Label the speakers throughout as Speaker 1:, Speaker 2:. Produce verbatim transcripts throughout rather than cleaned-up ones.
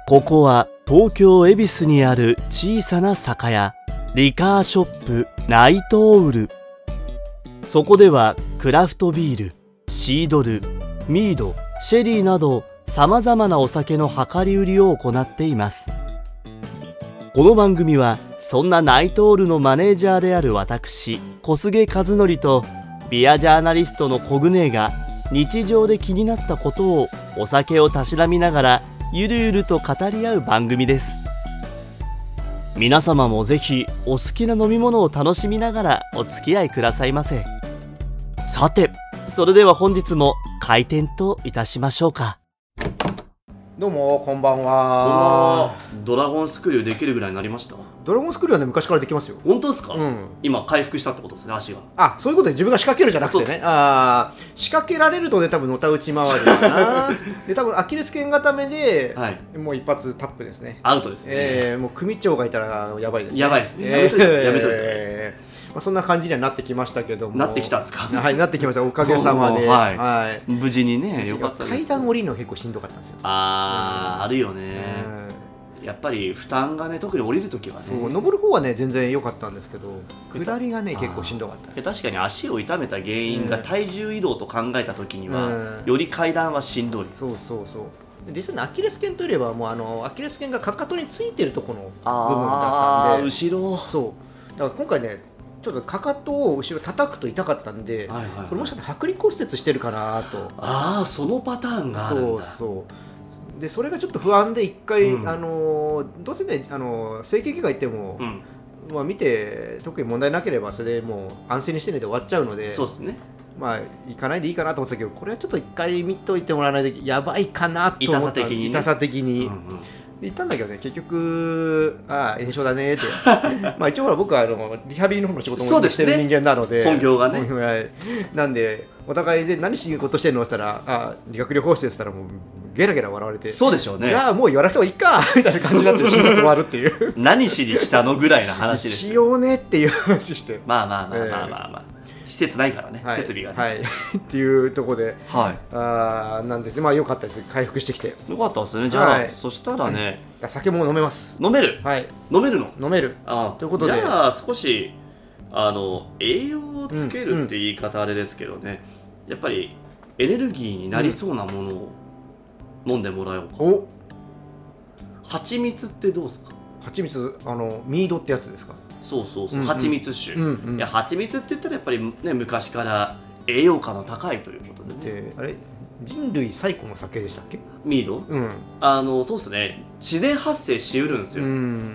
Speaker 1: ここは東京恵比寿にある小さな酒屋、リカーショップナイトオウル。そこではクラフトビール、シードル、ミード、シェリーなどさまざまなお酒の量り売りを行っています。この番組はそんなナイトオールのマネージャーである私小菅和則とビアジャーナリストのコグネが日常で気になったことをお酒をたしなみながらゆるゆると語り合う番組です。皆様もぜひお好きな飲み物を楽しみながらお付き合いくださいませ。さて、それでは本日も開店といたしましょうか。
Speaker 2: どうもこんばんは。
Speaker 1: こんばんは。ドラゴンスクリューできるぐらいになりました？
Speaker 2: ドラゴンスクリューはね、昔からできますよ。
Speaker 1: 本当ですか？
Speaker 2: うん、
Speaker 1: 今回復したってことですね、足が。
Speaker 2: あ、そういうことで自分が仕掛けるじゃなくてね。あ、仕掛けられるとね、多分のたうち回るかなで、多分アキレス腱固めで、はい、もう一発タップですね。
Speaker 1: アウトですね。
Speaker 2: えー、もう組長がいたらやばいですね。
Speaker 1: やばいですね。
Speaker 2: えー、
Speaker 1: やめといて、やめといて、
Speaker 2: えーまあ、そんな感じにはなってきましたけども。
Speaker 1: なってきたんですか？
Speaker 2: はい、なってきました。おかげさまで、
Speaker 1: はい
Speaker 2: はい、
Speaker 1: 無事にね、よかったです。
Speaker 2: 階段降りるの結構しんどかったんですよ。
Speaker 1: あー、うん、あるよね、うん、やっぱり負担がね、特に降りるときはね。
Speaker 2: そう、登る方はね全然良かったんですけど、下りがね結構しんどかった。
Speaker 1: 確かに足を痛めた原因が体重移動と考えたときには、うん、より階段はしんどい。
Speaker 2: そうそうそう。実際にアキレス腱といえばもうあのアキレス腱がかかとについてるところの部分だったんで、
Speaker 1: 後ろ。
Speaker 2: そうだから今回ね、ちょっとかかとを後ろ叩くと痛かったんで、はいはいはい、これもしかしたら剥離骨折してるかなと。
Speaker 1: ああ、そのパターンがあるんだ。
Speaker 2: そうそうで、それがちょっと不安で一回、うん、あのどうせね、あの整形外科行っても、うん、まあ、見て特に問題なければそれでもう安静にしてねで終わっちゃうので、
Speaker 1: そうですね、
Speaker 2: まあ行かないでいいかなと思ってたけど、これはちょっと一回見といてもらわないとやばいかなと思った。
Speaker 1: 痛さ的にね。
Speaker 2: 痛さ的に、うんうん、で言ったんだけどね、結局ああ炎症だねってまあ一応ほら僕はあのリハビリの方の仕事もしてる人間なので、
Speaker 1: 本業がね
Speaker 2: なんでお互いで何仕事してるのって言ったら、あ理学療法士ですって言ったらもうゲラゲラ笑われて、
Speaker 1: そうでしょうね、
Speaker 2: じゃあもう言わなくてもいいかみたいな感じになって診察終わるっていう
Speaker 1: 何しに来たのぐらいの話ですよ。
Speaker 2: 一応ねっていう話して、
Speaker 1: まあまあまあまあまあまあ、えー、施設ないからね、はい、設備がね、
Speaker 2: はい、っていうところで、はい、あなんですね。まあ良かったです、回復してきて。
Speaker 1: 良かったですね。じゃあ、はい、そしたらね、
Speaker 2: うん、酒も飲めます。
Speaker 1: 飲める、はい、飲めるの
Speaker 2: 飲める。
Speaker 1: あ
Speaker 2: ということで、
Speaker 1: じゃあ少しあの栄養をつけるって言い方あれですけどね、うんうん、やっぱりエネルギーになりそうなものを飲んでもらおうか。お、蜂蜜ってどうですか？
Speaker 2: 蜂蜜、あのミードってやつですか？
Speaker 1: そうそうそう、うんうん、蜂蜜酒、うんうん、いや蜂蜜って言ったらやっぱりね、昔から栄養価の高いということでね。
Speaker 2: で、あれ人類最古の酒でしたっけ？
Speaker 1: ミード、うん、あのそうですね、自然発生しうるんですよ、うん、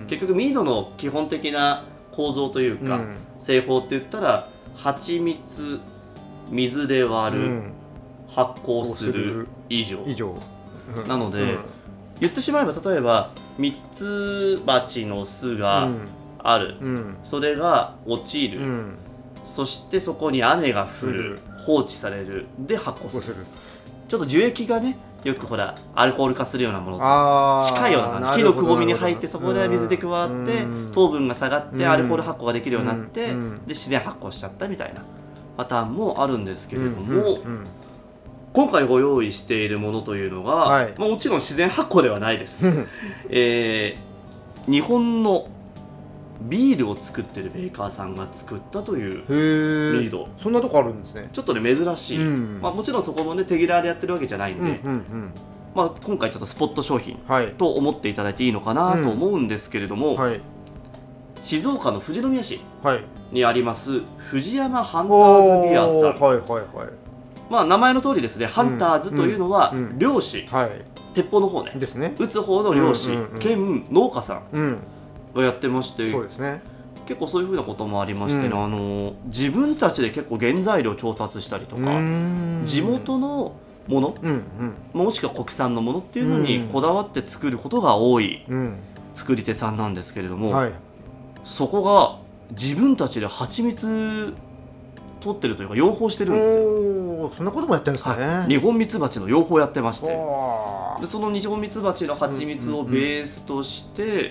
Speaker 1: 結局ミードの基本的な構造というか、うん、製法って言ったら蜂蜜、水で割る、うん、発酵する以上、以上うん、なので、うん、言ってしまえば例えばミツバチの巣がある、うん、それが落ちる、うん、そしてそこに雨が降る、うん、放置されるで発酵する、するちょっと樹液がね、よくほらアルコール化するようなものと近いような感じ。木のくぼみに入ってそこで水で加わって糖分が下がってアルコール発酵ができるようになって、うん、で自然発酵しちゃったみたいなパターンもあるんですけれども、うんうんうん、今回ご用意しているものというのが、はい、まあ、もちろん自然発酵ではないです、えー、日本のビールを作ってるメーカーさんが作ったというミード。
Speaker 2: そんなとこあるんですね。
Speaker 1: ちょっとね珍しい、うん、まあ、もちろんそこもね手切らでやってるわけじゃないんで、うんうんうん、まあ、今回ちょっとスポット商品と思っていただいていいのかなと思うんですけれども、うん、はい、静岡の富士宮市にあります藤山ハンターズビアさん、はいはいはい、まあ、名前の通りですね、ハンターズというのは漁師、うんうん、はい、鉄砲の方ねですね、撃つ方の漁師、うんうんうん、兼農家さん、うん、がやってまして、そうですね、結構そういうふうなこともありまして、ね、うん、あの自分たちで結構原材料調達したりとか、地元のもの、うんうん、もしくは国産のものっていうのにこだわって作ることが多い作り手さんなんですけれども、うん、はい、そこが自分たちで蜂蜜取ってるというか養蜂してるんですよ。
Speaker 2: そんなこともやってるんですかね、
Speaker 1: はい、ニホンミツバチの養蜂やってまして、でそのニホンミツバチの蜂蜜をベースとして、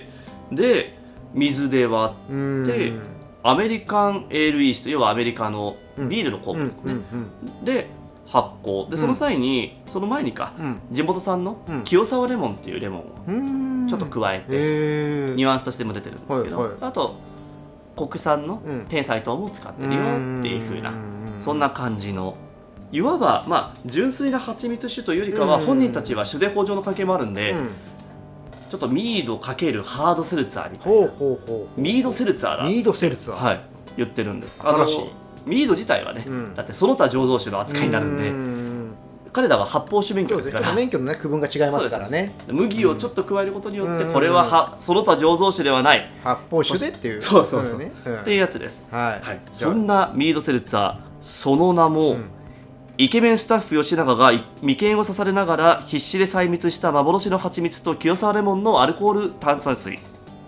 Speaker 1: うんうんうん、で水で割ってアメリカンエールイースト、要はアメリカのビールの酵母ですね、うんうんうん、で発酵で、その際に、うん、その前にか、うん、地元産の清沢レモンっていうレモンをちょっと加えてニュアンスとしても出てるんですけど、
Speaker 2: はいはい、
Speaker 1: あと国産の甜菜糖も使ってるよっていう風な、そんな感じの、いわば、まあ、純粋な蜂蜜酒というよりかは、本人たちは酒税法上の関係もあるんで、うん、ちょっとミード×ハードセルツァーみたいな、ほうほうほう、ミードセルツァーだ
Speaker 2: ミードセルツァー、
Speaker 1: はい、言ってるんです。新しいミード自体はね、うん、だってその他醸造酒の扱いになるんで、ん彼らは発泡酒免許ですから、
Speaker 2: 免許の、ね、区分が違いますからね。
Speaker 1: 麦をちょっと加えることによって、これははその他醸造酒ではない
Speaker 2: 発泡酒でっていう、
Speaker 1: そうそうそう、ね、うん、っていうやつです、はいはい、そんなミードセルツァー、その名も、うん、イケメンスタッフ吉永が眉間を刺されながら必死で採蜜した幻の蜂蜜と清沢レモンのアルコール炭酸水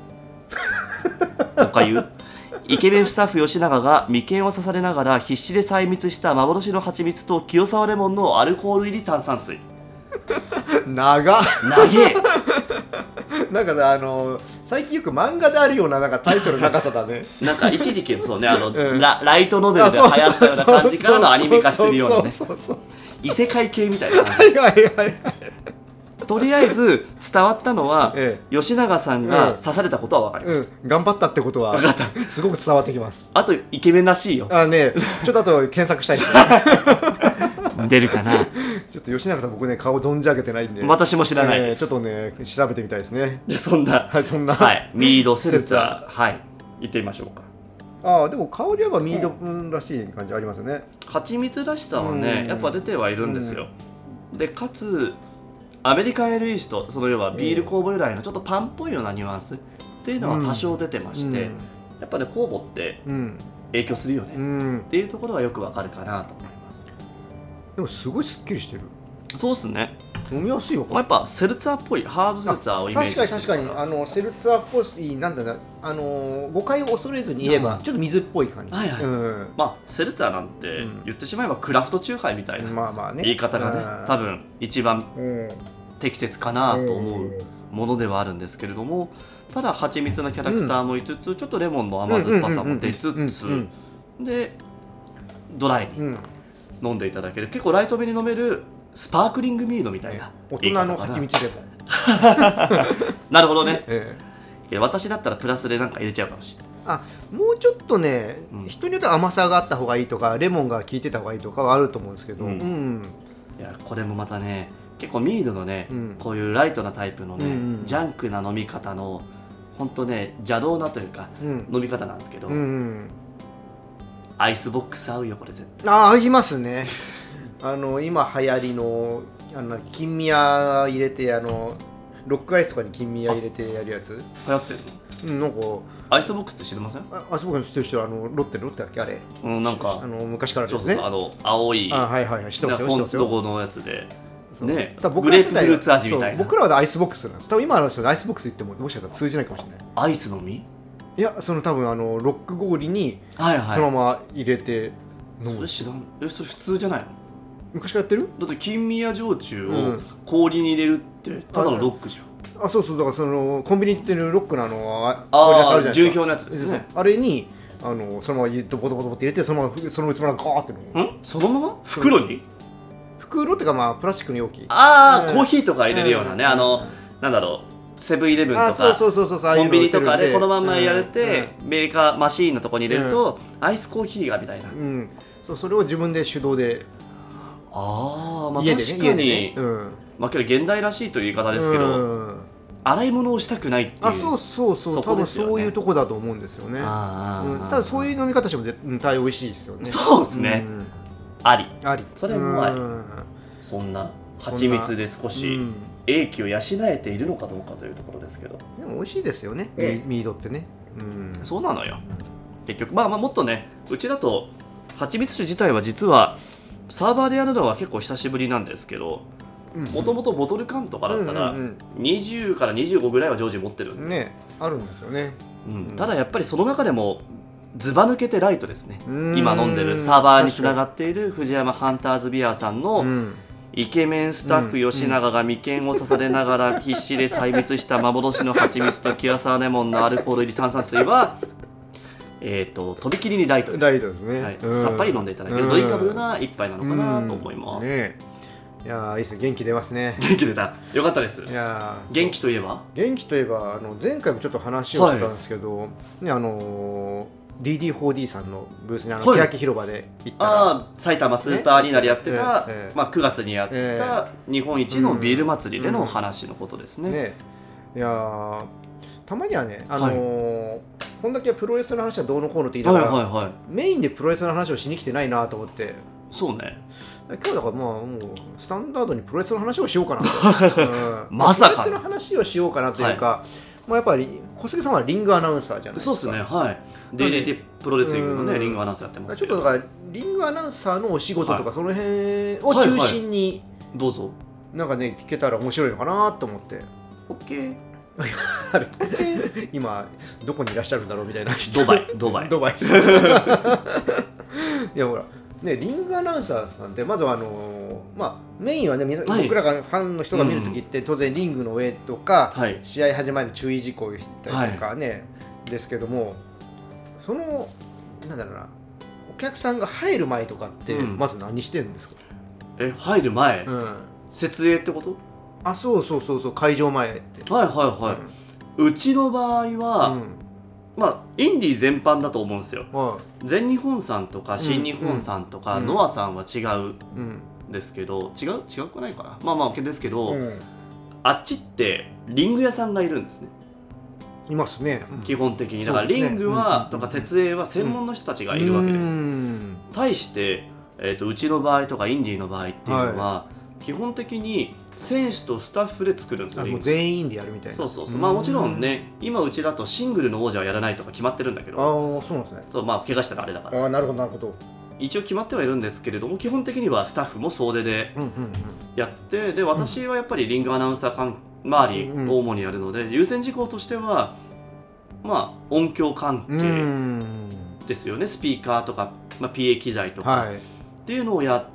Speaker 1: とかいうイケメンスタッフ吉永が眉間を刺されながら必死で採蜜した幻の蜂蜜と清沢レモンのアルコール入り炭酸水。
Speaker 2: 長っ
Speaker 1: 長え
Speaker 2: なんかね、あの最近よく漫画であるような、なんかタイトルの長さだね
Speaker 1: なんか一時期そうね、あの、うん、ラ, ライトノベルで流行ったような感じからのアニメ化してるようなね、異世界系みたいな感じ。はいはいはい、とりあえず伝わったのは、ええ、吉永さんが刺されたことは分かりました、
Speaker 2: うんうん、頑張ったってことはすごく伝わってきます。
Speaker 1: あとイケメンらしいよ。
Speaker 2: あ、ね、ちょっとあと検索したいですね
Speaker 1: 出るかな。
Speaker 2: ちょっと吉永さん、僕ね、顔存じ上げてないんで、
Speaker 1: 私も知らないです、
Speaker 2: えー、ちょっとね調べてみたいですね。
Speaker 1: でそんな、
Speaker 2: はい、そんな、
Speaker 1: はい、ミードセルツァー、はい、行ってみましょうか。
Speaker 2: ああ、でも香りはミード分らしい感じありますね。
Speaker 1: 蜂蜜らしさはね、やっぱ出てはいるんですよ。でかつアメリカンエールイースト、その要はビール酵母由来のちょっとパンっぽいようなニュアンスっていうのは多少出てまして、うん、やっぱね酵母って影響するよね、うん、っていうところはよくわかるかなと思います。
Speaker 2: でもすごいすっきりしてる。
Speaker 1: そうっすね、
Speaker 2: 飲みやすいよ。
Speaker 1: まあ、やっぱセルツァーっぽい、ハードセルツァーをイメージして。
Speaker 2: 確かに確かに、あのセルツァーっぽい、なんだろう、あの誤解を恐れずに言えば、うん、ちょっと水っぽい感じ。はいはい、うん、まあ
Speaker 1: セルツァーなんて言ってしまえばクラフトチューハイみたいな言い方がね、多分一番適切かなと思うものではあるんですけれども、ただ蜂蜜のキャラクターもいつつ、ちょっとレモンの甘酸っぱさも出つつでドライに飲んでいただける、結構ライトめに飲めるスパークリングミードみたいな、
Speaker 2: 大人の蜂蜜レモン
Speaker 1: なるほどね、ええ、私だったらプラスでなんか入れちゃうかもしれない。
Speaker 2: あ、もうちょっとね、うん、人によっては甘さがあった方がいいとかレモンが効いてた方がいいとかはあると思うんですけど、うんうん、
Speaker 1: いやこれもまたね、結構ミードのね、うん、こういうライトなタイプのね、うんうん、ジャンクな飲み方の本当ね邪道なというか、うん、飲み方なんですけど、うんうん、アイスボックス合うよこれ絶対。
Speaker 2: あ、合いますねあの今流行りのあの金宮入れて、あのロックアイスとかに金宮入れてやるやつ
Speaker 1: 流行ってる
Speaker 2: の。うん、なんか
Speaker 1: アイスボックスって知りません？
Speaker 2: アイスボックス知ってる人はあのロッテのロッテだっけあれ。
Speaker 1: うん、なんか
Speaker 2: あの昔からですね。
Speaker 1: そうそうそう、あの青い。
Speaker 2: あ、はいはいはい、知ってますよ。
Speaker 1: フォント語のやつで。ね、グレープフルーツ味みたいな。
Speaker 2: 僕らはアイスボックスなんです。多分今の人でアイスボックス言ってももしかしたら通じないかもしれない。
Speaker 1: アイスの実？
Speaker 2: いや、その多分あのロック氷にそのまま入れて飲む。
Speaker 1: それ知らん。え、それ普通じゃないの？
Speaker 2: 昔からやってる？
Speaker 1: だって金宮焼酎を氷に入れるってただのロックじゃん。
Speaker 2: あ、そうそう、だからそのコンビニってるロックのあの
Speaker 1: ああ純氷のやつですね。
Speaker 2: あれにあのそのままボトボトボトって入れて、そのままその器がガーって飲む。
Speaker 1: ん？そのまま？袋に？
Speaker 2: 袋っていうか、まあプラスチックの容器。
Speaker 1: ああ、コーヒーとか入れるようなね、あのなんだろう、セブンイレブンとかコンビニとかでこのまんまやれて、メーカーマシーンのとこに入れるとアイスコーヒーがみたいな。うん、
Speaker 2: そう、それを自分で手動で。
Speaker 1: ああ、まあ確かに、まあけど現代らしいという言い方ですけど、洗い物をしたくないっていう。
Speaker 2: あ、そうそうそう、多分そういうとこだと思うんですよね。ただそういう飲み方しても絶対美味しいですよね。
Speaker 1: そうですね。あり。
Speaker 2: あり。
Speaker 1: それもあり。そんな蜂蜜で少し英気を養えているのかどうかというところですけど。
Speaker 2: でも美味しいですよね、ミードってね。
Speaker 1: そうなのよ。結局まあまあもっとね、うちだと蜂蜜酒自体は実はサーバーでやるのは結構久しぶりなんですけど、もともとボトル缶とかだったらにじゅうからにじゅうごぐらいは常時持ってるんで、
Speaker 2: ね、あるんですよね、
Speaker 1: うん、ただやっぱりその中でもずば抜けてライトですね。今飲んでるサーバーにつながっている藤山ハンターズビアさんのイケメンスタッフ吉永が眉間を刺されながら必死で採蜜した幻の蜂蜜と清沢レモンのアルコール入り炭酸水はえーと、とびきりにライトです。
Speaker 2: ライトですね、
Speaker 1: はい、さっぱり飲んでいただけるドリンカブルな一杯なのかなと思います、ね、
Speaker 2: いやーいいですね、元気出ますね。
Speaker 1: 元気出た、よかったです。
Speaker 2: いや
Speaker 1: 元気といえば
Speaker 2: 元気といえばあの前回もちょっと話をしたんですけど、はい、ね、あのー、ディーディーフォーディー さんのブースにあの、はい、欅広場で行ったら、
Speaker 1: あ埼玉スーパーアリーナでやってた、ねえーまあ、くがつにやった日本一のビール祭りでの話のことですね。
Speaker 2: うんうんね、いやたまにはね、あのーはい、こんだけプロレスの話はどうのこうのって言いながら、はいはいはい、メインでプロレスの話をしに来てないなと思って。
Speaker 1: そうね、
Speaker 2: 今日だからまあもうスタンダードにプロレスの話をしようかなと、うん、
Speaker 1: まさか
Speaker 2: プロレスの話をしようかなというか、はい、まあ、やっぱり小杉さんはリングアナウンサーじゃないですか。
Speaker 1: そうですね、はい、デイリーティプロレスリングのね、リングアナウンサーやってますけど、
Speaker 2: ちょっとだからリングアナウンサーのお仕事とか、はい、その辺を中心に、はいはい、
Speaker 1: どうぞ
Speaker 2: なんかね聞けたら面白いのかなと思って。
Speaker 1: オッケー
Speaker 2: 今どこにいらっしゃるんだろうみたいな。
Speaker 1: ドバイドバイ
Speaker 2: ドバイいやほらね、リングアナウンサーさんってまずはあのーまあ、メインはね、はい、僕らがファンの人が見るときって、うん、当然リングの上とか、はい、試合始まりの注意事項を言ったりとかね、はい、ですけども、そのなんだろうな、お客さんが入る前とかって、うん、まず何してるんですか？
Speaker 1: え、入る前、うん、設営ってこと？
Speaker 2: あ、そうそうそうそう、会場前って。
Speaker 1: はいはいはい、うん、うちの場合は、うん、まあ、インディー全般だと思うんですよ、はい、全日本さんとか新日本さんとか、うん、ノアさんは違うんですけど、違う違うくないかな、まあまあですけど、うん、あっちってリング屋さんがいるんですね。
Speaker 2: いますね、
Speaker 1: うん、基本的にだからリングは、ね、とか設営は専門の人たちがいるわけです、うん、対して、えーと、うちの場合とかインディーの場合っていうのは、はい、基本的に選手とスタッフで作るんですよ。
Speaker 2: もう全員でやるみたいな。
Speaker 1: そうそうそう、まあもちろんね、今うちだとシングルの王者はやらないとか決まってるんだけど、
Speaker 2: ああそうなんですね。
Speaker 1: そう、まあ怪我したらあれだから、
Speaker 2: ああなるほどなるほど、
Speaker 1: 一応決まってはいるんですけれども、基本的にはスタッフも総出でやって、うんうんうん、で私はやっぱりリングアナウンサー周りを主にやるので、うんうん、優先事項としてはまあ音響関係ですよね、スピーカーとか、まあ、ピーエー 機材とか、はい、っていうのをやって、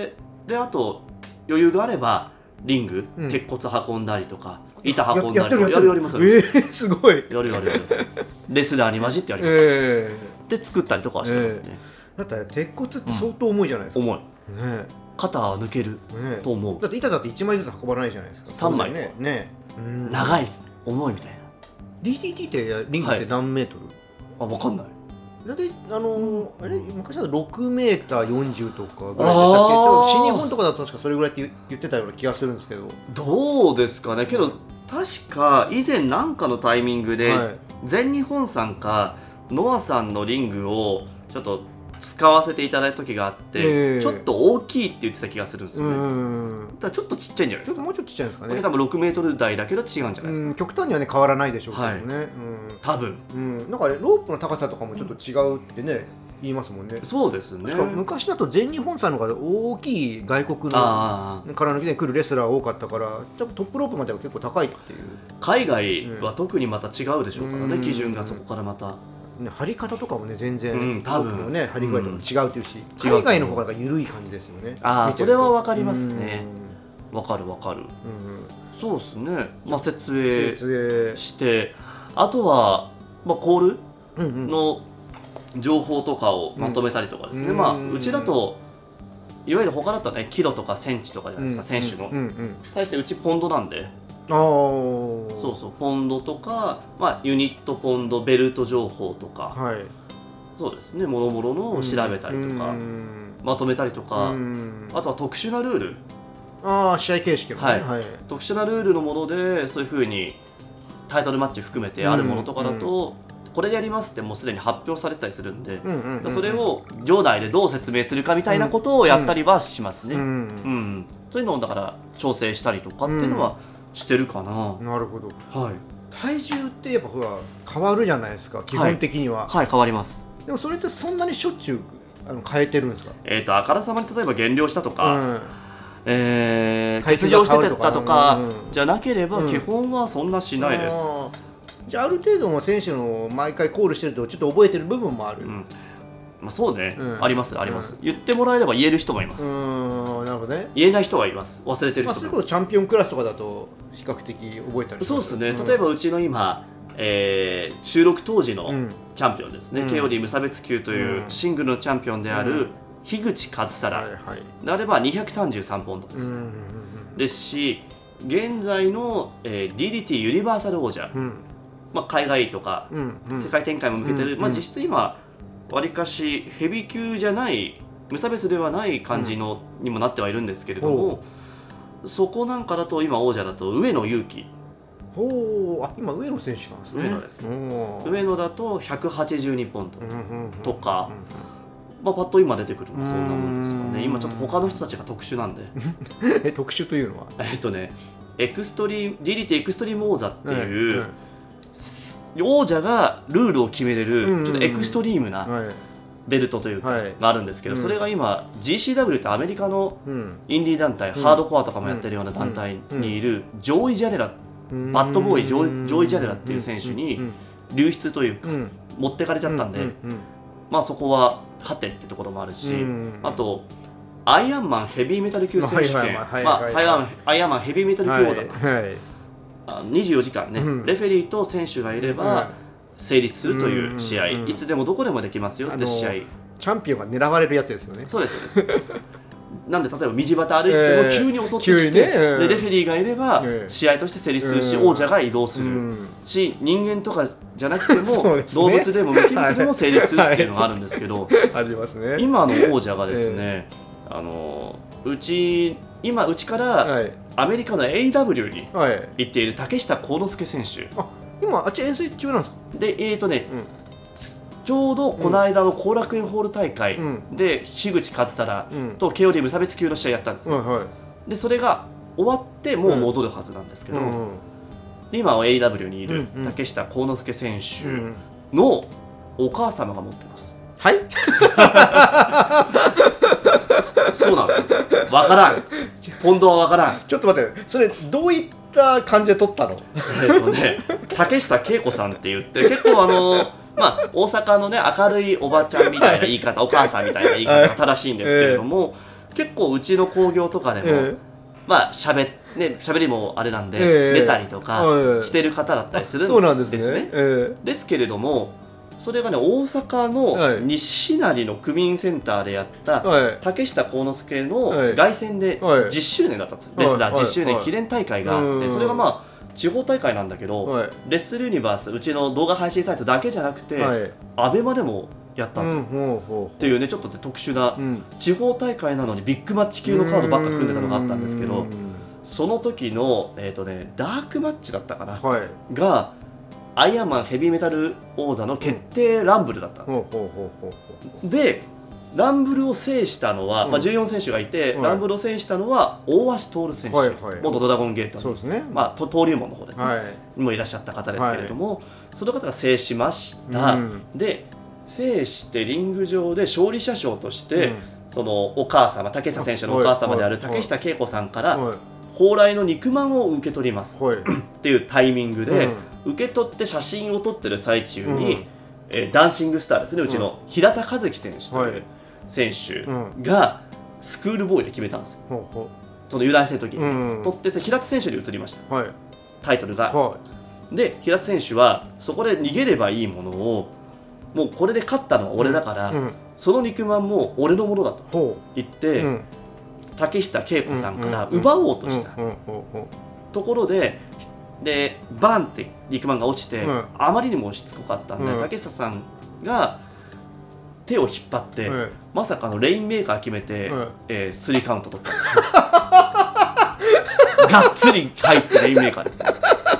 Speaker 1: であと余裕があればリング、うん、鉄骨運んだりとか板運んだりとかやるやりますよ、
Speaker 2: えー、すごい
Speaker 1: やるやるやるレスラーに混じってやります、えー、で作ったりとかはしてますね、
Speaker 2: えー、だって鉄骨って相当重いじゃないですか、
Speaker 1: うん、重い、
Speaker 2: ね、
Speaker 1: 肩は抜けると思う、
Speaker 2: ね、だって板だっていちまいずつ運ばないじゃないですか。
Speaker 1: さんまい
Speaker 2: ね、ね、
Speaker 1: うん、長いです、重いみたいな。
Speaker 2: ディーティーティー ってリングって何メートル、
Speaker 1: はい、あ、分かんない。
Speaker 2: だってあのー、あれ昔だとろくメーターよんじゅうとかぐらいでしたっけ？新日本とかだと確かそれぐらいって言ってたような気がするんですけど。
Speaker 1: どうですかね。けど確か以前なんかのタイミングで、はい、全日本さんかノアさんのリングをちょっと使わせていただいた時があって、えー、ちょっと大きいって言ってた気がするんですよね。うん、だからちょっとちっちゃいんじゃないですか。
Speaker 2: もうちょっとちっちゃいんですかね。
Speaker 1: 多分ろくメートル台だけど違うんじゃないですか。うん、
Speaker 2: 極端にはね変わらないでしょうけどね、はい、うん、
Speaker 1: 多分、
Speaker 2: うん、なんか、ね、ロープの高さとかもちょっと違うってね言いますもんね。
Speaker 1: そうですね。
Speaker 2: 昔だと全日本さんの方が大きい外国のからの来るレスラー多かったから、トップロープまでは結構高いっていう。
Speaker 1: 海外は特にまた違うでしょうからね、うん、基準がそこからまた。
Speaker 2: ね、張り方とかもね全然、うん、
Speaker 1: 多分
Speaker 2: のね張り具合とか違うというし、うん、海外の方が緩い感じですよね。
Speaker 1: ああ、それは分かりますね。分かる分かる、うん、そうですね。まあ設営してあとは、まあ、コールの情報とかをまとめたりとかですね、うん、まあうちだといわゆる他だとねキロとかセンチとかじゃないですか、うん、選手の、うんうん、対してうちポンドなんで、あそうそうポンドとか、まあ、ユニットポンドベルト情報とか、はい、そうですね、もろもろのを調べたりとか、うん、まとめたりとか、うん、あとは特殊なルール、
Speaker 2: ああ試合形式のね、はいはい、
Speaker 1: 特殊なルールのものでそういう風にタイトルマッチ含めてあるものとかだと、うん、これでやりますってもうすでに発表されてたりするんで、うんうんうんうん、それを場内でどう説明するかみたいなことをやったりはしますね、うんうんうん、そういうのをだから調整したりとかっていうのは、うんしてるかな。
Speaker 2: なるほど、
Speaker 1: はい、
Speaker 2: 体重ってやっぱほら変わるじゃないですか基本的には。
Speaker 1: はい、はい、変わります。
Speaker 2: でもそれってそんなにしょっちゅうあの変えてるんですか？
Speaker 1: えーとあからさまに例えば減量したとか、うん、えー、欠場してたとかじゃなければ基本はそんなしないです、うん、
Speaker 2: じゃあある程度の選手の毎回コールしてるとちょっと覚えてる部分もある、うん、
Speaker 1: まあ、そうね、うん、ありますあります、うん、言ってもらえれば言える人もいます。う
Speaker 2: ーん、なるほどね。
Speaker 1: 言えない人はいます。忘れてる人もいます。まあ、
Speaker 2: それこそチャンピオンクラスとかだと比較的覚えたりします。
Speaker 1: そうですね、うん、例えばうちの今、えー、収録当時のチャンピオンですね、うん、ケーオーディー 無差別級というシングルのチャンピオンである樋口和沙
Speaker 2: はいはい、
Speaker 1: であればにひゃくさんじゅうさんポンドです、うんうんうん、ですし現在の、えー、ディーディーティー ユニバーサル王者、うんまあ、海外とか、うんうん、世界展開も向けてる、うんうんまあ、実質今わりかしヘビー級じゃない無差別ではない感じの、うん、にもなってはいるんですけれども、そこなんかだと今王者だと上野勇気
Speaker 2: おあ今上野選手なんですね。
Speaker 1: 上野です。上野だとひゃくはちじゅうにポンドとか、まあ、パッと今出てくるのはそんなもんですかね。今ちょっと他の人たちが特殊なんで
Speaker 2: え特殊というのは
Speaker 1: えっとねエクストリーム ディーディーティー エクストリーム王座っていう、はいはい、王者がルールを決めれるちょっとエクストリームなベルトというか、はい、があるんですけど、それが今 ジーシーダブリュー ってアメリカのインディー団体、うん、ハードコアとかもやってるような団体にいるジョイ・ジャレラバッドボーイジョイ・ジョイジャレラっていう選手に流出というか持ってかれちゃったんで、まあそこははてってところもあるし、あとアイアンマンヘビーメタル級選手権アイアンマンヘビーメタル級王座かにじゅうよじかんねレフェリーと選手がいれば成立するという試合、いつでもどこでもできますよって試合。
Speaker 2: チャンピオンが狙われるやつですよね。
Speaker 1: そうですそうですなんで例えば道端歩いてても急に襲ってきて、えーねうん、でレフェリーがいれば試合として成立するし、うん、王者が移動する、うん、し人間とかじゃなくても、ね、動物でも無機物でも成立するっていうのがあるんですけど、
Speaker 2: はいはい、ありますね。
Speaker 1: 今の王者がですね、えー、あのうち今うちからアメリカの エーダブリュー に行っている竹下幸之助選手、
Speaker 2: あ今あっち遠征中なんですか。
Speaker 1: でえーとね、うんちょうどこの間の後楽園ホール大会で樋口和沙と ケーオーディー 無差別級の試合やったんです、うんはい、でそれが終わってもう戻るはずなんですけど、うんうん、で今は エーダブリュー にいる竹下幸之助選手のお母様が持ってます、
Speaker 2: はい
Speaker 1: そうなんですよ。分からんポンドは分からん。
Speaker 2: ちょっと待ってそれどういった感じで撮ったの。
Speaker 1: えっとね竹下恵子さんって言って結構あのまあ、大阪のね明るいおばちゃんみたいな言い方、はい、お母さんみたいな言い方が正しいんですけれども、えー、結構うちの興行とかでも、えー、まあしゃべね喋りもあれなんで、えー、出たりとかしてる方だったりするんですね。ですね、えー、ですけれどもそれがね大阪の西成の区民センターでやった竹下幸之助の凱旋でじゅっしゅうねんだったんです、レスラーじゅっしゅうねん記念大会があって、それがまあ地方大会なんだけど、はい、レッスルユニバースうちの動画配信サイトだけじゃなくて、はい、アベマでもやったんですよ、うん、っていうねちょっと特殊な、うん、地方大会なのにビッグマッチ級のカードばっか組んでたのがあったんですけど、その時の、えーとね、ダークマッチだったかな、はい、がアイアンマンヘビーメタル王座の決定ランブルだったんですよ、うん、でランブルを制したのは、うんまあ、じゅうよん選手がいて、はい、ランブルを制したのは大橋徹選手、はいはい、元ドラゴンゲートの、そうですねまあ、登竜門の方ですね、はい、にもいらっしゃった方ですけれども、はい、その方が制しました、うん、で制してリング上で勝利者賞として、うん、そのお母様竹下選手のお母様である竹下恵子さんから、はい、蓬莱の肉まんを受け取ります、はい、っていうタイミングで、うん、受け取って写真を撮ってる最中に、うんえー、ダンシングスターですねうちの平田和樹選手という、はい選手がスクールボーイで決めたんですよ、うん、その油断してる時に、うん、取って平田選手に移りました、はい、タイトルが、はい、で平田選手はそこで逃げればいいものをもうこれで勝ったのは俺だから、うん、その肉まんも俺のものだと言って、うん、竹下恵子さんから奪おうとしたところででバンって肉まんが落ちて、うん、あまりにもしつこかったんで、うん、竹下さんが手を引っ張って、うん、まさかのレインメーカー決めて、うんえー、スリーカウント取ったがっつり入ってレインメーカーですね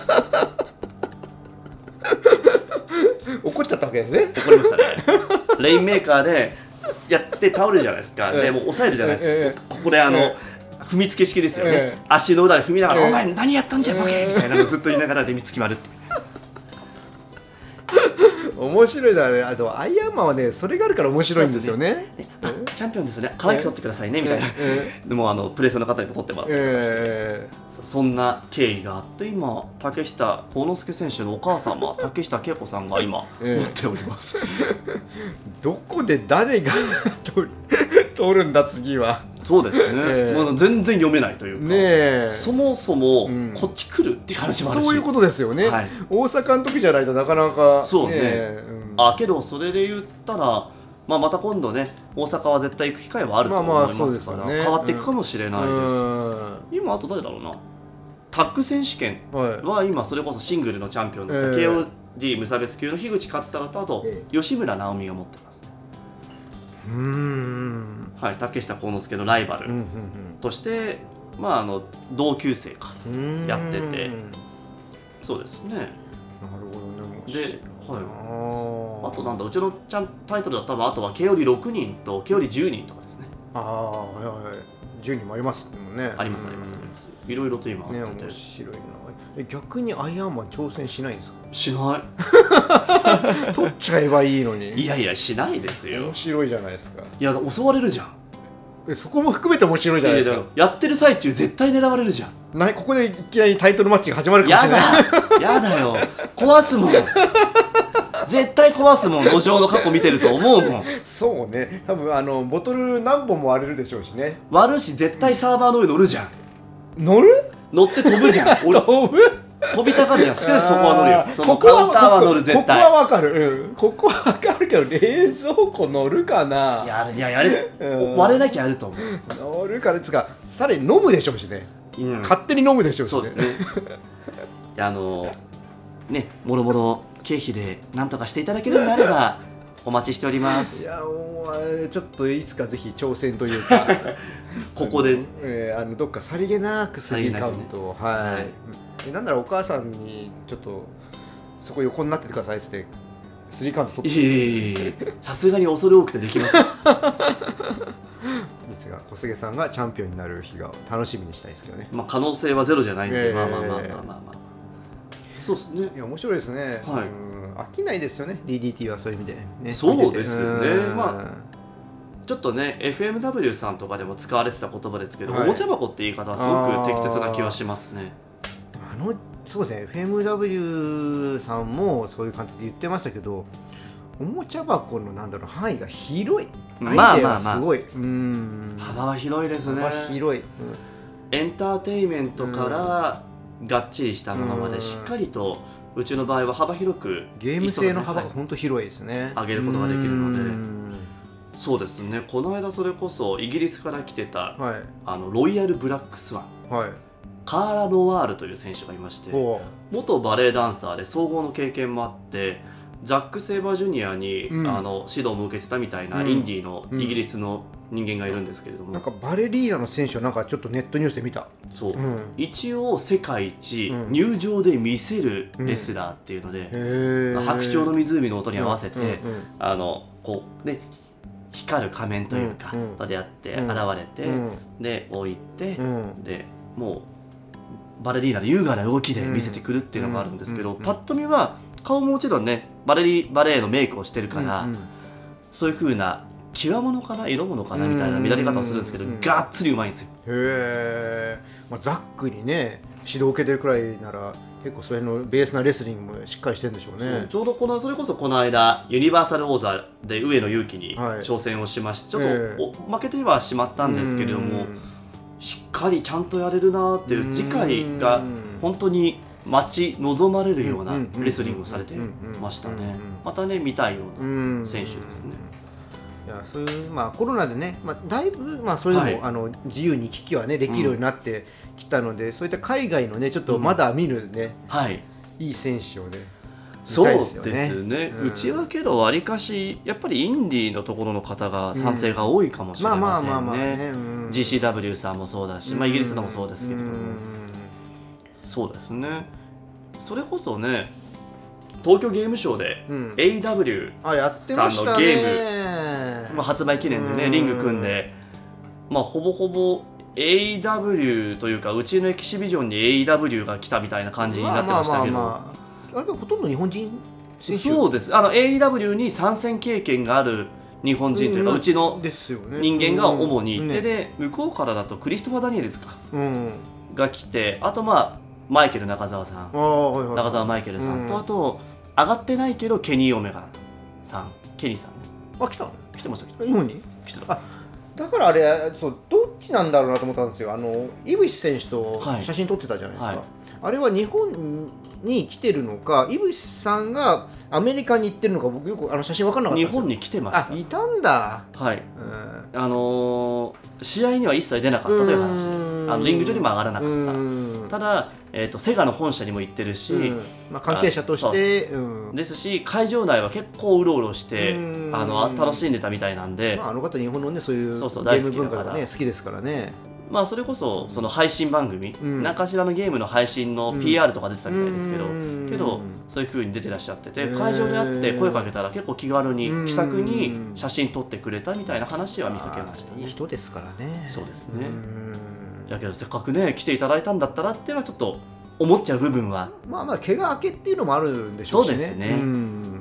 Speaker 2: 怒っちゃったわけですね。
Speaker 1: 怒りましたね。レインメーカーでやって倒れるじゃないですか、えー、でもう抑えるじゃないですか、えー、ここであの、えー、踏みつけ式ですよね、えー、足の裏で踏みながら、えー、お前何やったんじゃボケ、えー、みたいなのずっと言いながらでみつきまるって
Speaker 2: 面白いだね。あとアイアンマンはねそれがあるから面白いんですよね。
Speaker 1: ねあチャンピオンですね可愛く撮ってくださいねみたいな、えー、でもあのプレスの方にも撮ってもらってまして、えー、そんな経緯があって今竹下幸之助選手のお母様竹下恵子さんが今撮っております、えー、
Speaker 2: どこで誰が撮るんだ次は。
Speaker 1: そうですね、えー、もう全然読めないというか、ね、そもそもこっち来るっていう話もあるし、
Speaker 2: そういうことですよね、はい、大阪の時じゃないとなかなか
Speaker 1: そうね、ねうん、あけどそれで言ったら、まあ、また今度ね大阪は絶対行く機会はあると思いますから、まあまあ、ね、変わっていくかもしれないです、うん、今あと誰だろうな、タッグ選手権は今それこそシングルのチャンピオンだった ケーオーディー 無差別級の樋口勝太郎とあと吉村直美が持ってますね。
Speaker 2: うーん、
Speaker 1: はい、竹下幸之助のライバルとして、まあ、あの同級生かやってて、そうですね。なる
Speaker 2: ほどね。
Speaker 1: で、はい、あとなんだ、うちのちゃんタイトルだったら、あとは ケーオーディーろくにんと ケーオーディーじゅうにんとかですね。
Speaker 2: ああ、はいはい、じゅうにんもありますもんね。
Speaker 1: ありますありますあります。いろいろと今あってて、
Speaker 2: ね、面白いな。え、逆にアイアンマン挑戦しないんですか？
Speaker 1: しない
Speaker 2: 取っちゃえばいいのに。
Speaker 1: いやいや、しないですよ。
Speaker 2: 面白いじゃないですか。
Speaker 1: いや、襲われるじゃん。
Speaker 2: え、そこも含めて面白いじゃないですか。
Speaker 1: やってる最中絶対狙われるじゃん。
Speaker 2: な、ここでいきなりタイトルマッチが始まるかもしれない。
Speaker 1: やだやだよ、壊すもん絶対壊すもん、路上の過去見てると思うもん。
Speaker 2: そうね、多分あのボトル何本も割れるでしょうしね。
Speaker 1: 割るし、絶対サーバーの上乗るじゃん。
Speaker 2: 乗る？
Speaker 1: 乗って飛ぶじゃん。俺飛ぶ？飛びたがるじゃん。好きなそこは乗るよ。そのカウンターは乗る、絶対。
Speaker 2: ここはわかる、うん、ここはわかるけど、冷蔵庫乗るかな。
Speaker 1: やる、いや、やれ、うん、割れなきゃやると思う。
Speaker 2: 乗るからつか、さらに飲むでしょうしね、うん、勝手に飲むでしょうしね。
Speaker 1: そうですね。いや、あのね、もろもろ経費で何とかしていただけるのであればお待ちしております。
Speaker 2: いや、もうちょっといつかぜひ挑戦というか
Speaker 1: ここでね、
Speaker 2: えー、あのどっかさりげなくスリーカウントを、ね、はい、はい、なんならお母さんにちょっとそこ横になっててくださいってスリーカウント取って、
Speaker 1: いやいやいや、さすがに恐れ多くてできません
Speaker 2: ですが、小菅さんがチャンピオンになる日が楽しみにしたいですけどね。
Speaker 1: まあ可能性はゼロじゃないんで、えー、まあまあまあまあまあまあ、そうですね。
Speaker 2: いや、面白いですね。はい、うん、飽きないですよね、 ディーディーティー はそういう意味で、ね、
Speaker 1: そうですよね。まあちょっとね、 エフエムダブリュー さんとかでも使われてた言葉ですけど、はい、おもちゃ箱って言い方はすごく適切な気はしますね。
Speaker 2: あの、そうですね、 エフエムダブリュー さんもそういう感じで言ってましたけど、おもちゃ箱のなんだろう、範囲が広い。
Speaker 1: まあまあまあ、
Speaker 2: すごい、うん、
Speaker 1: 幅は広いですね。
Speaker 2: 幅広い、うん、
Speaker 1: エンターテインメントからがっちりしたものまでしっかりと、うちの場合は幅広く
Speaker 2: ゲーム性の幅が本当広いですね。
Speaker 1: 上げることができるので、そうですね。この間それこそイギリスから来てた、はい、あのロイヤルブラックスワン、はい、カーラ・ノワールという選手がいまして、元バレエダンサーで総合の経験もあって、ザック・セイバージュニアに、うん、あの指導も受けてたみたいな、うん、インディーのイギリスの人間がいるんですけれども、
Speaker 2: なんかバレリーナの選手をなんかちょっとネットニュースで見た。
Speaker 1: そう、うん、一応世界一、うん、入場で見せるレスラーっていうので、うん、白鳥の湖の音に合わせて、うんうんうん、あのこうね、光る仮面というか、うんうん、でやって現れて、うん、で置いて、うん、でもうバレリーナの優雅な動きで見せてくるっていうのがあるんですけど、うんうんうん、パッと見は顔ももちろんね、バレリバレエのメイクをしてるから、うんうん、そういう風な際物かな色物かなみたいな乱れ方をするんですけど、がっつりうまいんですよ。
Speaker 2: へー、まあ、ザックにね指導を受けてるくらいなら結構それのベースなレスリングもしっかりしてるんでしょうね。
Speaker 1: ちょうどこのそれこそこの間ユニバーサル王座で上野勇気に挑戦をしまして、はい、ちょっと、えー、負けてはしまったんですけれども、しっかりちゃんとやれるなっていう、次回が本当に待ち望まれるようなレスリングをされてましたね。またね、見たいような選手ですね。
Speaker 2: いや、そういう、まあ、コロナでね、まあ、だいぶ、まあ、それでも、はい、あの自由に行き来はねできるようになってきたので、うん、そういった海外のねちょっとまだ見るね、うん、はい、いい選手をね、
Speaker 1: そうですね、うん、うちはけどわりかしやっぱりインディーのところの方が賛成が多いかもしれませんね。 ジーシーダブリュー さんもそうだし、まあ、イギリスのもそうですけれども、そうですね。それこそね、東京ゲームショウで エーイーダブリュー さんのゲーム、まあ、発売記念でねリング組んで、まあ、ほぼほぼ エーイーダブリュー というかうちのエキシビジョンに エーイーダブリュー が来たみたいな感じになってましたけど、
Speaker 2: あれがほとんど日本人選手。
Speaker 1: そうです。あの エーイーダブリュー に参戦経験がある日本人というか、うん、うちの人間が主にいて、で向こうからだとクリストファー・ダニエルズか、うん、が来て、あとまあマイケル中澤さん、はいはい、中澤マイケルさんと、うん、あと上がってないけどケニー・オメガさん、ケニーさんね。
Speaker 2: あ、来た？
Speaker 1: 来てました。
Speaker 2: 日本に来てた。あ、だからあれ、そうどっちなんだろうなと思ったんですよ。あの井渕選手と写真撮ってたじゃないですか、はいはい、あれは日本に来てるのか、井渕さんがアメリカに行ってるのか、僕よくあの写真分からなかったんですよ。
Speaker 1: 日本に来てました。
Speaker 2: あ、いたんだ。
Speaker 1: はい、うん、あのー、試合には一切出なかったという話です。あのリング上にも上がらなかった。ただ、えーと、セガの本社にも行ってるし、
Speaker 2: まあ、関係者として、
Speaker 1: うん、ですし、会場内は結構うろうろしてあの楽しんでたみたいなんで、
Speaker 2: まあ、あの方日本のねそういうゲーム文化がね好きですからね。
Speaker 1: まあ、それこそその配信番組、うん、何かしらのゲームの配信の ピーアール とか出てたみたいですけど、うん、けどそういう風に出てらっしゃってて、会場で会って声かけたら結構気軽に気さくに写真撮ってくれたみたいな話は見かけましたね。
Speaker 2: いい人ですからね。
Speaker 1: そうですね。やけどせっかくね来ていただいたんだったらっていうのはちょっと思っちゃう部分は、
Speaker 2: まあまあ怪我明けっていうのもあるんでしょうしね。
Speaker 1: そうですね、うん、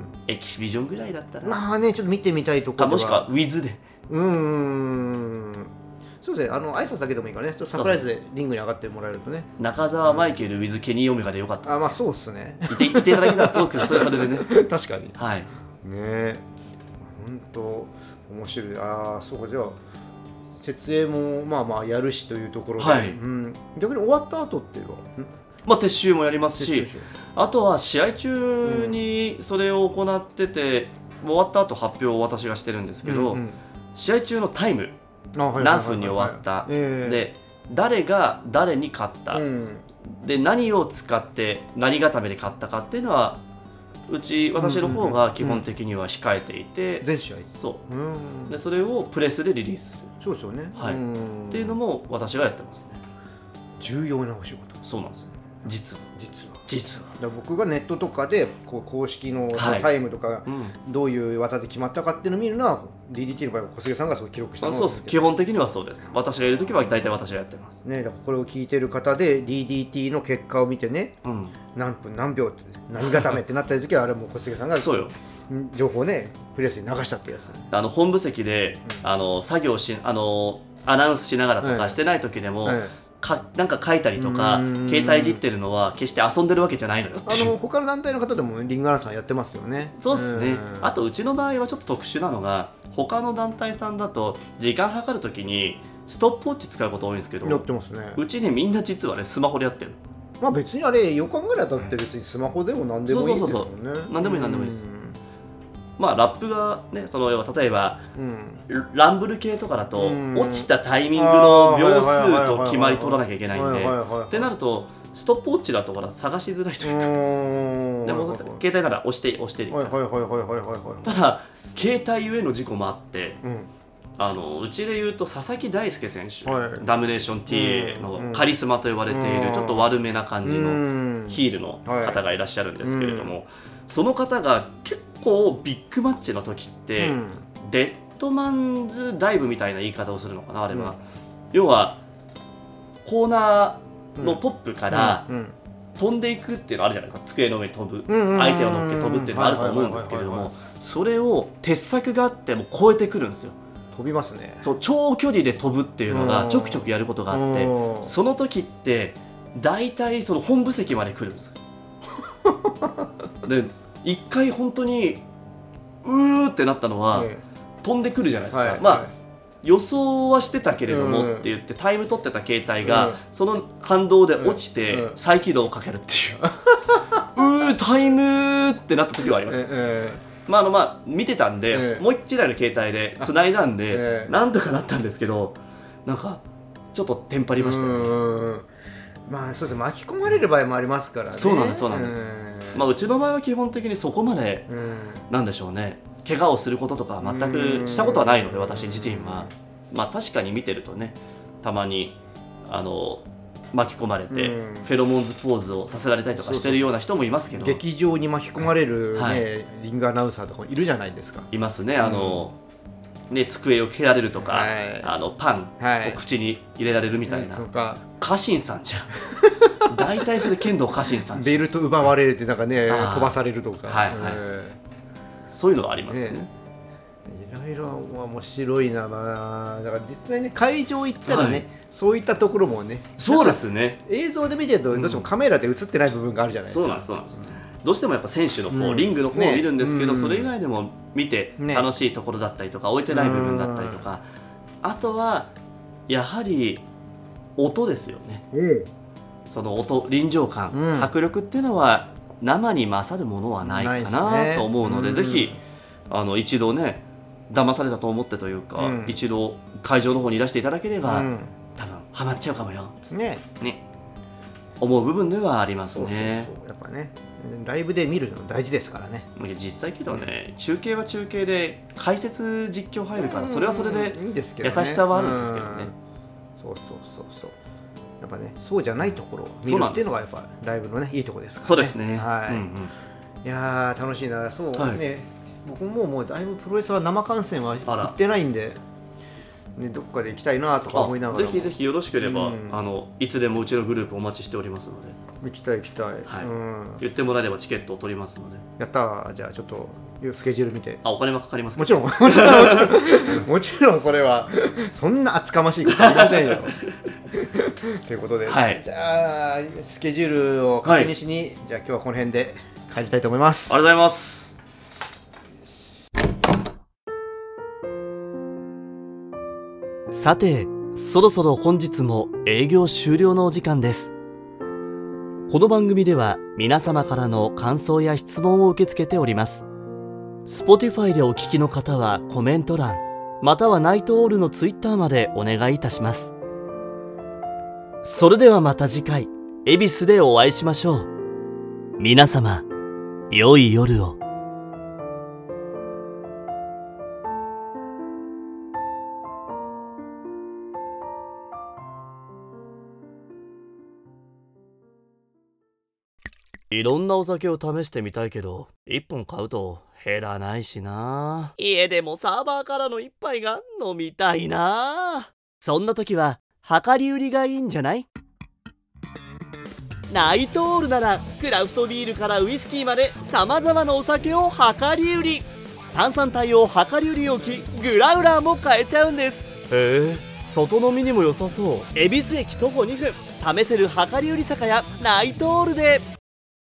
Speaker 1: エキシビジョンぐらいだったら
Speaker 2: まあねちょっと見てみたいところは、
Speaker 1: もしくはウィズで
Speaker 2: うーんそうですね、あの挨拶だけでもいいからね、ちょっとサプライズでリングに上がってもらえるとね。
Speaker 1: 中澤マイケル with ケニーオメガでよかったです。
Speaker 2: あ、まあそうっすね。
Speaker 1: いていていただけたらすごくそれそれでね
Speaker 2: 確かに
Speaker 1: はい
Speaker 2: ねえ、本当面白い。ああそうか、じゃあ設営もまあまあやるしというところで、はい、うん、逆に終わった後っていうのは、
Speaker 1: まあ、撤収もやりますし、あとは試合中にそれを行ってて、うん、終わった後発表を私がしてるんですけど、うんうん、試合中のタイム何分に終わった、で誰が誰に勝った、うん、で何を使って何固めで勝ったかっていうのはうち私の方が基本的には控えていて、
Speaker 2: 全試合
Speaker 1: そう、うん、でそれをプレスでリリースする。
Speaker 2: そうですよね、
Speaker 1: はい、っていうのも私がやってますね。
Speaker 2: 重要なお仕事。
Speaker 1: そうなんですよ、実は
Speaker 2: 実は
Speaker 1: 実は
Speaker 2: だ僕がネットとかでこう公式のタイムとか、はい、どういう技で決まったかっていうのを見るのは ディーディーティー の場合は小菅さんがそう記録したのを。
Speaker 1: そうです、基本的にはそうです。私がいるときは大体私がやってます、
Speaker 2: ね、だからこれを聞いてる方で ディーディーティー の結果を見てね、うん、何分何秒って何固めってなった時はあれも小菅さんが
Speaker 1: そうよ
Speaker 2: 情報をねプレスに流したってやつ、ね、
Speaker 1: あの本部席で、うん、あの作業しあのアナウンスしながらとかしてない時でも、はいはい、かなんか書いたりとか携帯いじってるのは決して遊んでるわけじゃないのよ。
Speaker 2: あの他の団体の方でもリングアナウンサーやってますよね。
Speaker 1: そうですね。あとうちの場合はちょっと特殊なのが、他の団体さんだと時間計るときにストップウォッチ使うこと多いんですけど、
Speaker 2: やってますね。
Speaker 1: うちねみんな実はねスマホでやってる。
Speaker 2: まあ別にあれよく考えたって別にスマホでも何でもいいですよね。
Speaker 1: 何でもいい何でもいいです。まあ、ラップがね、その要は例えば、うん、ランブル系とかだと、うん、落ちたタイミングの秒数と決まり取らなきゃいけないんで、ってなるとストップウォッチだとほら探しづらいというか、でも携帯なら押して押してる。ただ携帯ゆえの事故もあって、うん、あのうちでいうと佐々木大輔選手、はい、ダムネーション ティーエー のカリスマと呼ばれているちょっと悪めな感じのヒールの方がいらっしゃるんですけれども、はい、その方が結構ビッグマッチの時って、うん、デッドマンズダイブみたいな言い方をするのかなあれは、うん、要はコーナーのトップから飛んでいくっていうのあるじゃないですか。机の上に飛ぶ、相手を乗っけ飛ぶっていうのがあると思うんですけれども、それを鉄柵があっても超えてくるんですよ。
Speaker 2: 飛びますね。
Speaker 1: そう長距離で飛ぶっていうのがちょくちょくやることがあって、その時って大体その本部席まで来るんですで一回本当にうーってなったのは、ええ、飛んでくるじゃないですか、はい、まあ、はい、予想はしてたけれどもって言ってタイム取ってた携帯が、うん、その反動で落ちて再起動をかけるっていう、うータイムってなった時はありました、ええ、まああのまあ、見てたんで、ええ、もう一台の携帯で繋いだんで、ええ、なんとかなったんですけど、なんかちょっとテンパりましたね。
Speaker 2: まあそうですね、巻き込まれる場合もありますからね。
Speaker 1: そうなんですそうなんです、うん、まあ、うちの場合は基本的にそこまで、うん、なんでしょうね、怪我をすることとか全くしたことはないので、私自身は、まあ、確かに見てるとね、たまにあの巻き込まれて、うん、フェロモンズポーズをさせられたりとかしてるような人もいますけど、
Speaker 2: 劇場に巻き込まれる、ね、はい、リングアナウンサーとかいるじゃないですか。
Speaker 1: いますね。あの、うん、ね、机を蹴られるとか、はい、あのパンを口に入れられるみたいな、はい、家臣さんじゃん大体それ剣道家臣さんじゃん。
Speaker 2: ベルト奪われてなんかね飛ばされるとか、はいはい、
Speaker 1: そういうのはありますよね。
Speaker 2: いろいろ面白いな。まあ、だから実際ね会場行ったらね、はい、そういったところもね、
Speaker 1: そうですね、
Speaker 2: 映像で見てるとどうしてもカメラで映ってない部分があるじゃないですか。
Speaker 1: そうなんですそうなんです、うん、どうしてもやっぱ選手の方、うん、リングの方を見るんですけど、ね、それ以外でも見て楽しいところだったりとか、ね、置いてない部分だったりとか、あとはやはり音ですよね。 その音臨場感、うん、迫力っていうのは生に勝るものはないかなと思うので、ね、ぜひあの一度ね騙されたと思ってというか、うん、一度会場の方にいらしていただければ、うん、多分ハマっちゃうかもよねね思う部分ではありますね。
Speaker 2: そうそうそうやっぱねライブで見るの大事ですからね。
Speaker 1: 実際けどね中継は中継で解説実況入るからそれはそれで優しさはあるんですけどね。
Speaker 2: そうそうそうそうやっぱねそうじゃないところを見るっていうのがやっぱライブのねいいところですからね。
Speaker 1: そうですね。
Speaker 2: はい。うんうん、いやー楽しいな。そうね、はい、僕ももうだいぶプロレスは生観戦は行ってないんで。ね、どっかで行きたいなとか思いながら
Speaker 1: ぜひぜひよろしければ、うん、あのいつでもうちのグループお待ちしておりますので
Speaker 2: 行きたい行きたい、はい
Speaker 1: うん、言ってもらえればチケットを取りますので
Speaker 2: やったーじゃあちょっとスケジュール見て
Speaker 1: あお金はかかります
Speaker 2: もちろんもちろんもちろんもちろんそれはそんな厚かましいことありませんよということで、はい、じゃあスケジュールを確認しに、はい、じゃあ今日はこの辺で帰りたいと思います。
Speaker 1: ありがとうございます。さてそろそろ本日も営業終了のお時間です。この番組では皆様からの感想や質問を受け付けております。 Spotify でお聞きの方はコメント欄またはナイトオールの Twitter までお願いいたします。それではまた次回恵比寿でお会いしましょう。皆様良い夜を。いろんなお酒を試してみたいけどいっぽん買うと減らないしな。家でもサーバーからの一杯が飲みたいな。そんな時は量り売りがいいんじゃない？ナイトオールならクラフトビールからウイスキーまでさまざまなお酒を量り売り。炭酸帯を量り売り置きグラウラーも買えちゃうんです。へえ外飲みにも良さそう。恵比寿駅徒歩にふん試せる量り売り酒屋ナイトオールで。